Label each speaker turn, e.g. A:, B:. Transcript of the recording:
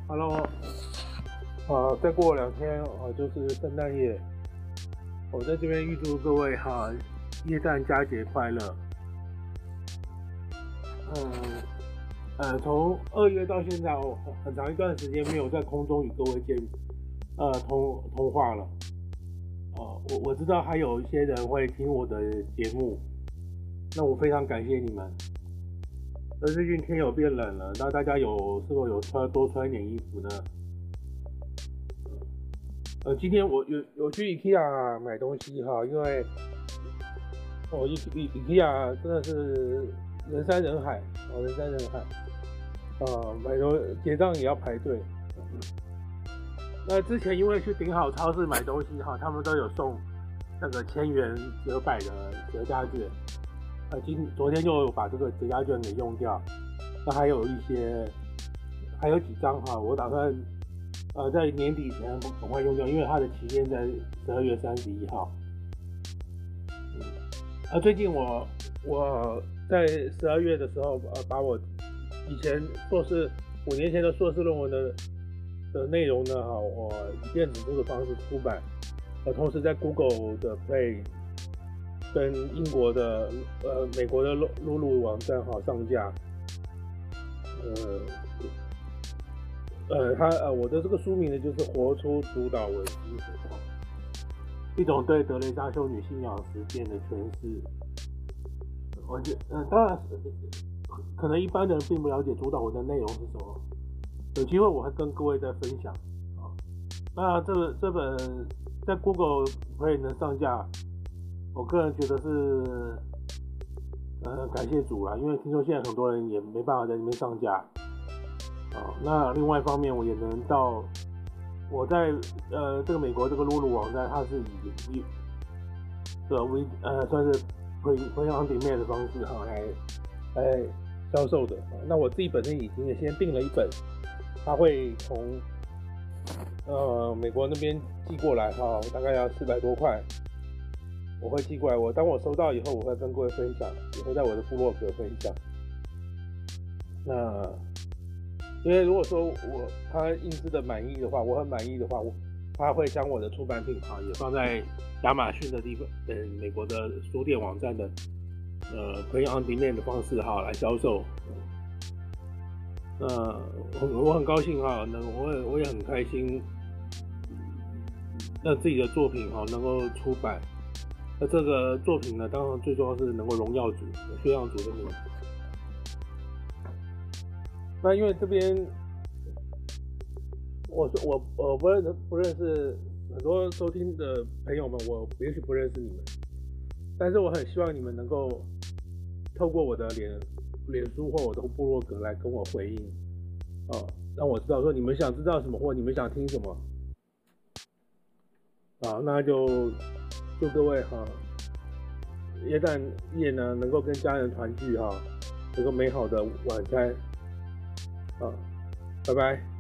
A: Hello，再过2天就是圣诞夜，我在这边预祝各位耶诞佳节快乐。从2月到现在，很长一段时间没有在空中与各位通话了。我知道还有一些人会听我的节目，那我非常感谢你们。最近天有变冷了，那大家是否有多穿一点衣服呢？今天我有去 IKEA 买东西因为IKEA 真的是人山人海，买东西结账也要排队。那之前因为去顶好超市买东西他们都有送那个1000元折百的折价券。昨天就把这个折价券给用掉，那还有几张我打算在年底前赶快用掉，因为它的期限在12月31号。最近我在12月的时候把我以前5年前的硕士论文的内容呢我以电子书的方式出版，同时在 Google 的 Play 跟英国的美国的露露网站上架。我的这个书名呢就是活出主导为精神，一种对德蕾莎修女信仰实践的诠释。我觉得当然可能一般人并不了解主导文的内容是什么，有机会我会跟各位再分享。那这本在 Google Play 能上架，我个人觉得是感谢主啦，因为听说现在很多人也没办法在那边上架。那另外一方面，我也能到我在这个美国这个露露网站，它是以算是 print on demand 的方式来销售的。那我自己本身已经先订了一本，它会从美国那边寄过来大概要400多块，我会寄过来。当我收到以后，我会跟各位分享，也会在我的部落格分享。那因为如果说他印制的满意的话，我很满意的话，他会将我的出版品也放在亚马逊的地方，美国的书店网站的print on demand 的方式来销售。我很高兴我也很开心，让自己的作品能够出版。那这个作品呢，当然最重要是能够荣耀主，宣扬主的名。那因为这边我不认识很多收听的朋友们，我也许不认识你们，但是我很希望你们能够透过我的脸书或我的部落格来跟我回应，让我知道说你们想知道什么或你们想听什么。那就祝各位耶诞夜呢能够跟家人团聚有个美好的晚餐。拜拜。